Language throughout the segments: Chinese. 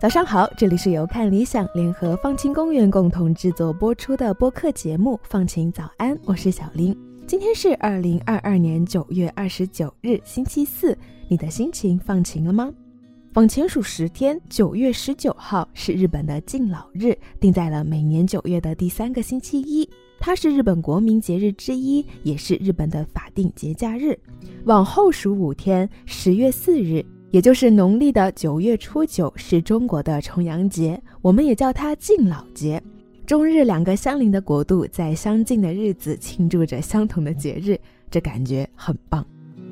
早上好，这里是由看理想联合放晴公园共同制作播出的播客节目放晴早安，我是小林。今天是2022年9月29日星期四，你的心情放晴了吗？往前数10天，9月19号是日本的敬老日，定在了每年9月的第3个星期一。它是日本国民节日之一，也是日本的法定节假日。往后数5天，10月4日也就是农历的9月初9是中国的重阳节，我们也叫它敬老节。中日两个相邻的国度在相近的日子庆祝着相同的节日，这感觉很棒。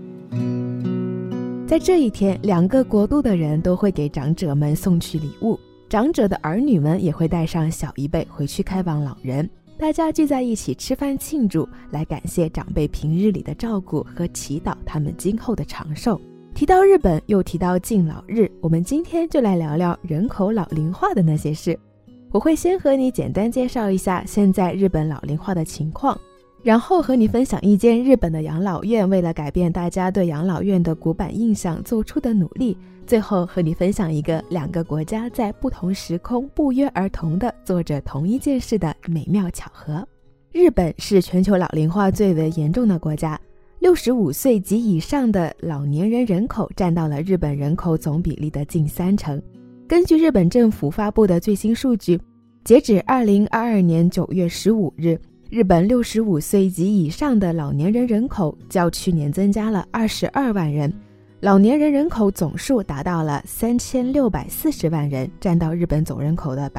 在这一天，两个国度的人都会给长者们送去礼物，长者的儿女们也会带上小一辈回去开往老人，大家聚在一起吃饭庆祝，来感谢长辈平日里的照顾和祈祷他们今后的长寿。提到日本又提到敬老日，我们今天就来聊聊人口老龄化的那些事。我会先和你简单介绍一下现在日本老龄化的情况，然后和你分享一间日本的养老院为了改变大家对养老院的古板印象做出的努力，最后和你分享一个2个国家在不同时空不约而同地做着同一件事的美妙巧合。日本是全球老龄化最为严重的国家，65岁及以上的老年人人口占到了日本人口总比例的近30%。根据日本政府发布的最新数据，截止2022年9月15日，日本65岁及以上的老年人人口较去年增加了22万人，老年人人口总数达到了3640万人，占到日本总人口的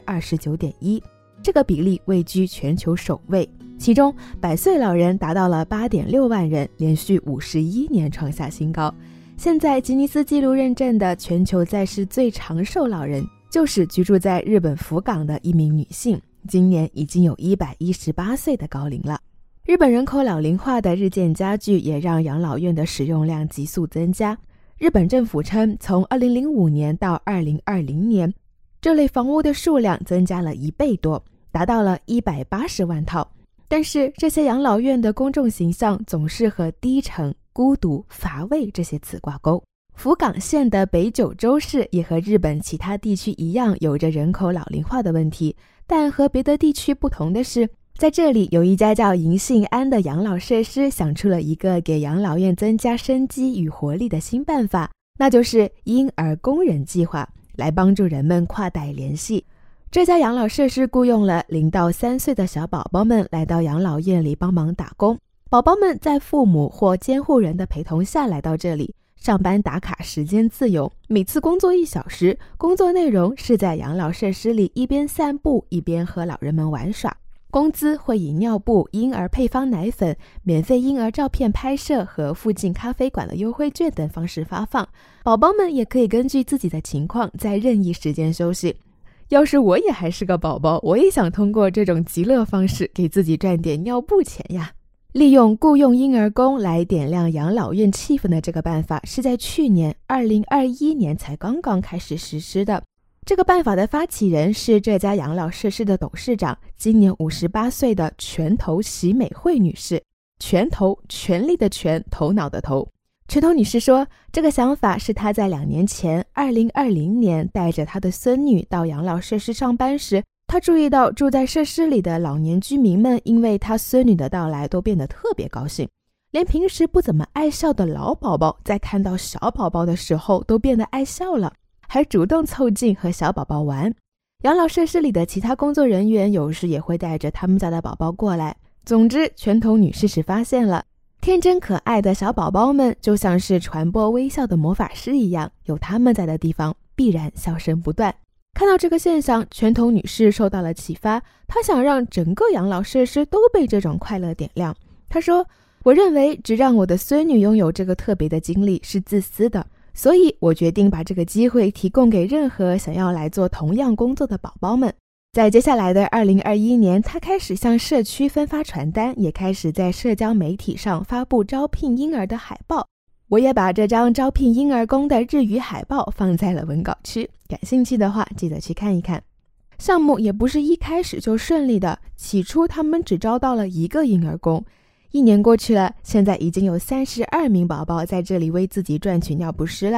29.1%， 这个比例位居全球首位。其中100岁老人达到了 8.6 万人，连续51年创下新高。现在吉尼斯纪录认证的全球在世最长寿老人就是居住在日本福冈的一名女性，今年已经有118岁的高龄了。日本人口老龄化的日渐加剧，也让养老院的使用量急速增加。日本政府称，从2005年到2020年，这类房屋的数量增加了1倍多，达到了180万套。但是这些养老院的公众形象总是和低沉、孤独、乏味这些词挂钩。福冈县的北九州市也和日本其他地区一样有着人口老龄化的问题，但和别的地区不同的是，在这里有一家叫银杏庵的养老设施想出了一个给养老院增加生机与活力的新办法，那就是婴儿工人计划，来帮助人们跨代联系。这家养老设施雇佣了0到3岁的小宝宝们来到养老院里帮忙打工，宝宝们在父母或监护人的陪同下来到这里，上班打卡时间自由，每次工作1小时，工作内容是在养老设施里一边散步一边和老人们玩耍。工资会以尿布、婴儿配方奶粉、免费婴儿照片拍摄和附近咖啡馆的优惠券等方式发放，宝宝们也可以根据自己的情况在任意时间休息。要是我也还是个宝宝，我也想通过这种极乐方式给自己赚点尿布钱呀。利用雇佣婴儿工来点亮养老院气氛的这个办法是在去年2021年才刚刚开始实施的。这个办法的发起人是这家养老设施的董事长，今年58岁的拳头喜美惠女士。拳头，权力的权，头脑的头。拳头女士说，这个想法是她在2年前2020年带着她的孙女到养老设施上班时，她注意到住在设施里的老年居民们因为她孙女的到来都变得特别高兴，连平时不怎么爱笑的老宝宝在看到小宝宝的时候都变得爱笑了，还主动凑近和小宝宝玩。养老设施里的其他工作人员有时也会带着他们家的宝宝过来。总之，拳头女士是发现了天真可爱的小宝宝们就像是传播微笑的魔法师一样，有他们在的地方必然笑声不断。看到这个现象，拳头女士受到了启发，她想让整个养老设施都被这种快乐点亮。她说，我认为只让我的孙女拥有这个特别的经历是自私的，所以我决定把这个机会提供给任何想要来做同样工作的宝宝们。在接下来的2021年，他开始向社区分发传单，也开始在社交媒体上发布招聘婴儿的海报。我也把这张招聘婴儿工的日语海报放在了文稿区，感兴趣的话记得去看一看。项目也不是一开始就顺利的，起初他们只招到了1个婴儿工。1年过去了，现在已经有32名宝宝在这里为自己赚取尿不湿了。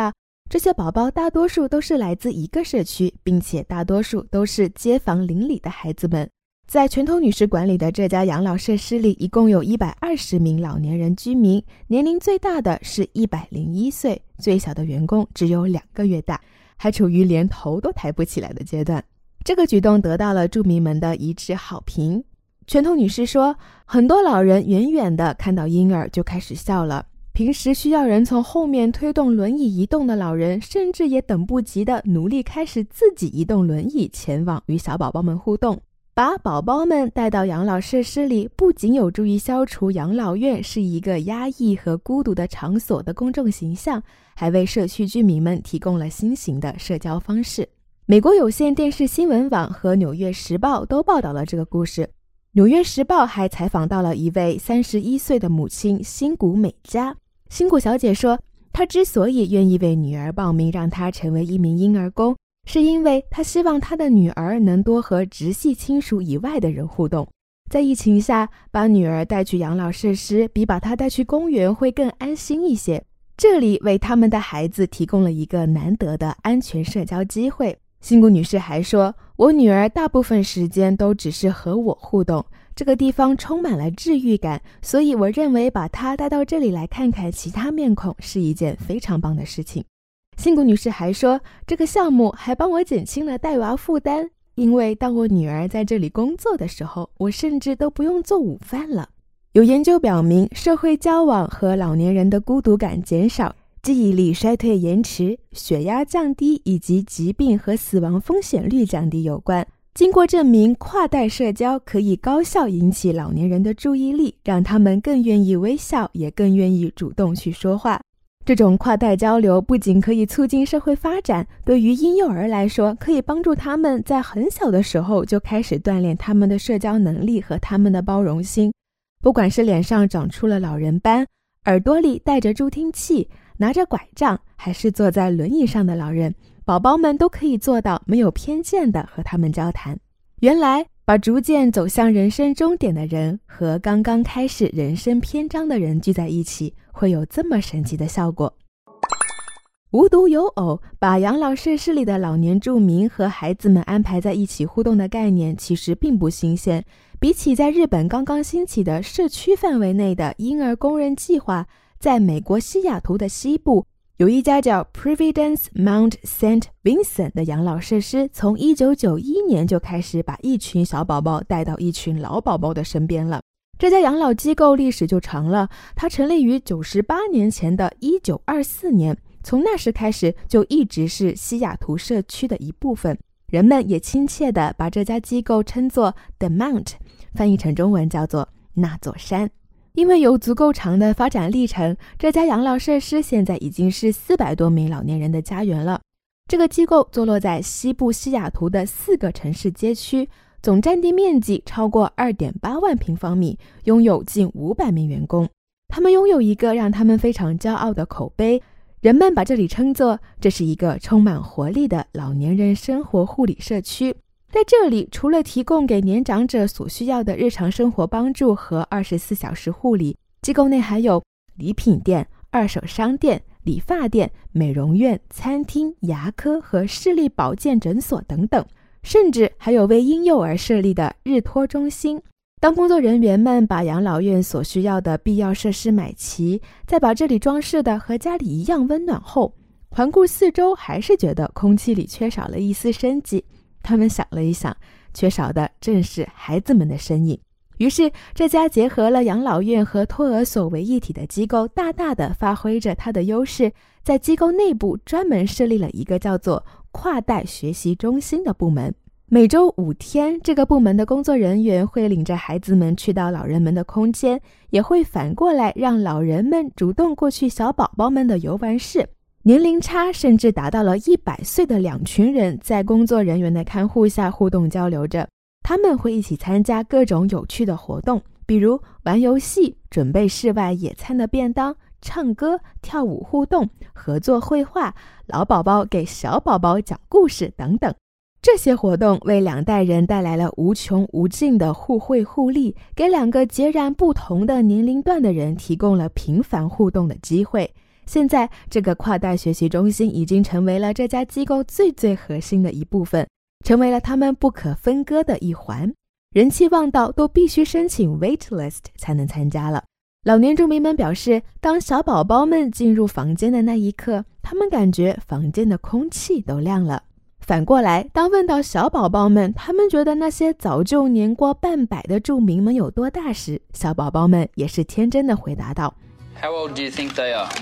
这些宝宝大多数都是来自一个社区，并且大多数都是街坊邻里的孩子们。在拳头女士管理的这家养老设施里，一共有120名老年人居民，年龄最大的是101岁，最小的员工只有2个月大，还处于连头都抬不起来的阶段。这个举动得到了住民们的一致好评。拳头女士说，很多老人远远地看到婴儿就开始笑了，平时需要人从后面推动轮椅移动的老人，甚至也等不及地努力开始自己移动轮椅前往与小宝宝们互动。把宝宝们带到养老设施里，不仅有助于消除养老院是一个压抑和孤独的场所的公众形象，还为社区居民们提供了新型的社交方式。美国有线电视新闻网和纽约时报都报道了这个故事。纽约时报还采访到了一位31岁的母亲辛谷美嘉。辛谷小姐说，她之所以愿意为女儿报名让她成为一名婴儿工，是因为她希望她的女儿能多和直系亲属以外的人互动。在疫情下，把女儿带去养老设施比把她带去公园会更安心一些。这里为他们的孩子提供了一个难得的安全社交机会。辛谷女士还说，我女儿大部分时间都只是和我互动，这个地方充满了治愈感，所以我认为把她带到这里来看看其他面孔是一件非常棒的事情。辛谷女士还说，这个项目还帮我减轻了带娃负担，因为当我女儿在这里工作的时候，我甚至都不用做午饭了。有研究表明，社会交往和老年人的孤独感减少、记忆力衰退延迟、血压降低以及疾病和死亡风险率降低有关。经过证明，跨代社交可以高效引起老年人的注意力，让他们更愿意微笑，也更愿意主动去说话。这种跨代交流不仅可以促进社会发展，对于婴幼儿来说，可以帮助他们在很小的时候就开始锻炼他们的社交能力和他们的包容心。不管是脸上长出了老人斑，耳朵里戴着助听器，拿着拐杖，还是坐在轮椅上的老人，宝宝们都可以做到没有偏见地和他们交谈。原来，把逐渐走向人生终点的人和刚刚开始人生篇章的人聚在一起，会有这么神奇的效果。无独有偶，把养老设施里的老年住民和孩子们安排在一起互动的概念其实并不新鲜。比起在日本刚刚兴起的社区范围内的婴儿工人计划，在美国西雅图的西部，有一家叫 Providence Mount St. Vincent 的养老设施，从1991年就开始把一群小宝宝带到一群老宝宝的身边了。这家养老机构历史就长了，它成立于98年前的1924年，从那时开始就一直是西雅图社区的一部分。人们也亲切地把这家机构称作 The Mount， 翻译成中文叫做那座山。因为有足够长的发展历程，这家养老设施现在已经是400多名老年人的家园了。这个机构坐落在西部西雅图的4个城市街区，总占地面积超过 2.8 万平方米，拥有近500名员工。他们拥有一个让他们非常骄傲的口碑，人们把这里称作这是一个充满活力的老年人生活护理社区。在这里，除了提供给年长者所需要的日常生活帮助和24小时护理，机构内还有礼品店、二手商店、理发店、美容院、餐厅、牙科和视力保健诊所等等，甚至还有为婴幼儿设立的日托中心。当工作人员们把养老院所需要的必要设施买齐，再把这里装饰的和家里一样温暖后，环顾四周还是觉得空气里缺少了一丝生机。他们想了一想，缺少的正是孩子们的身影。于是，这家结合了养老院和托儿所为一体的机构，大大地发挥着它的优势，在机构内部专门设立了一个叫做跨代学习中心的部门。每周5天，这个部门的工作人员会领着孩子们去到老人们的空间，也会反过来让老人们主动过去小宝宝们的游玩室。年龄差甚至达到了100岁的2群人，在工作人员的看护下互动交流着。他们会一起参加各种有趣的活动，比如玩游戏、准备室外野餐的便当、唱歌、跳舞互动、合作绘画、老宝宝给小宝宝讲故事等等。这些活动为2代人带来了无穷无尽的互惠互利，给2个截然不同的年龄段的人提供了频繁互动的机会。 现在这个跨代学习中心已经成为了这家机构最核心的一部分，成为了他们不可分割的一环，人气旺到都必须申请 waitlist 才能参加了。老年住民们表示，当小宝宝们进入房间的那一刻，他们感觉房间的空气都亮了。反过来，当问到小宝宝们他们觉得那些早就年过半百的住民们有多大时，小宝宝们也是天真的回答道 How old do you think they are?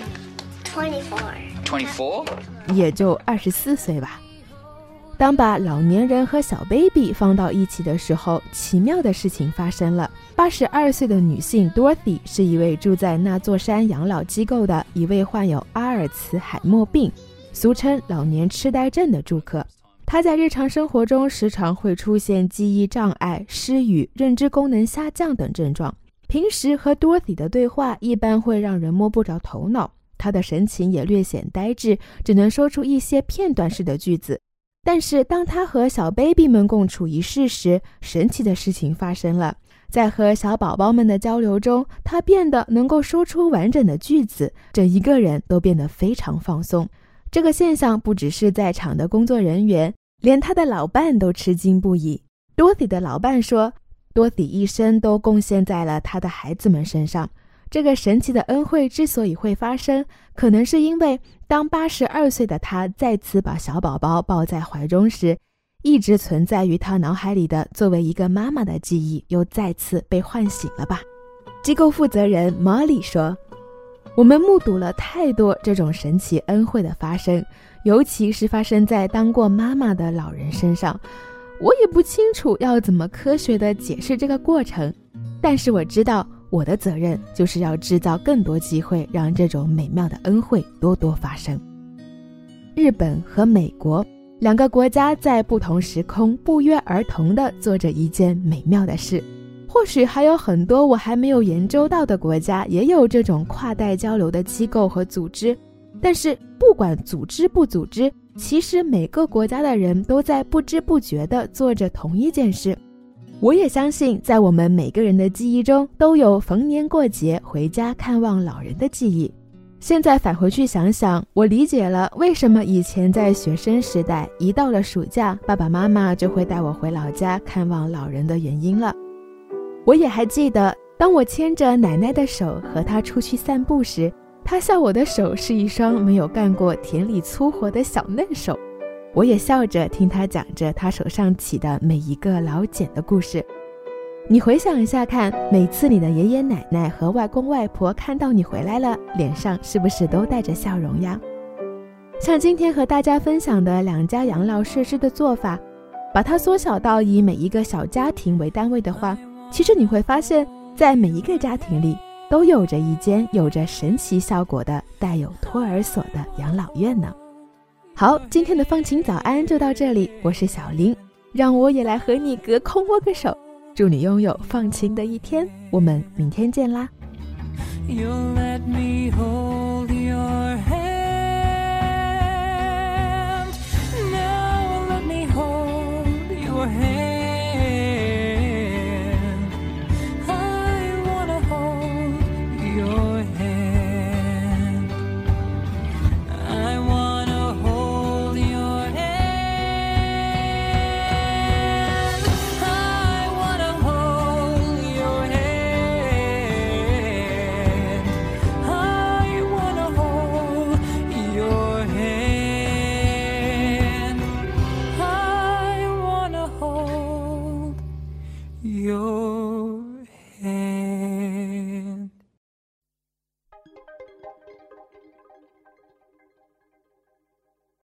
24? 也就24岁吧。当把老年人和小 baby 放到一起的时候，奇妙的事情发生了。82岁的女性 Dorothy 是一位住在那座山养老机构的一位患有阿尔茨海默病，俗称老年痴呆症的住客。她在日常生活中时常会出现记忆障碍、失语、认知功能下降等症状。平时和 Dorothy 的对话一般会让人摸不着头脑，她的神情也略显呆滞，只能说出一些片段式的句子。但是当她和小 baby 们共处一室时，神奇的事情发生了。在和小宝宝们的交流中，她变得能够说出完整的句子，整一个人都变得非常放松。这个现象不只是在场的工作人员，连她的老伴都吃惊不已。Dorothy 的老伴说，多迪一生都贡献在了他的孩子们身上。这个神奇的恩惠之所以会发生，可能是因为当82岁的他再次把小宝宝抱在怀中时，一直存在于他脑海里的作为一个妈妈的记忆又再次被唤醒了吧。机构负责人 Molly 说，我们目睹了太多这种神奇恩惠的发生，尤其是发生在当过妈妈的老人身上。我也不清楚要怎么科学地解释这个过程，但是我知道我的责任就是要制造更多机会，让这种美妙的恩惠多多发生。日本和美国两个国家在不同时空不约而同地做着一件美妙的事。或许还有很多我还没有研究到的国家也有这种跨代交流的机构和组织，但是不管组织不组织，其实每个国家的人都在不知不觉地做着同一件事。我也相信在我们每个人的记忆中都有逢年过节回家看望老人的记忆。现在返回去想想，我理解了为什么以前在学生时代一到了暑假，爸爸妈妈就会带我回老家看望老人的原因了。我也还记得当我牵着奶奶的手和她出去散步时，她笑我的手是一双没有干过田里粗活的小嫩手。我也笑着听她讲着她手上起的每一个老茧的故事。你回想一下看，每次你的爷爷奶奶和外公外婆看到你回来了，脸上是不是都带着笑容呀？像今天和大家分享的两家养老设施的做法，把它缩小到以每一个小家庭为单位的话，其实你会发现在每一个家庭里都有着一间有着神奇效果的带有托儿所的养老院呢。好，今天的放晴早安就到这里，我是小林，让我也来和你隔空握个手，祝你拥有放晴的一天，我们明天见啦。You'll let me hold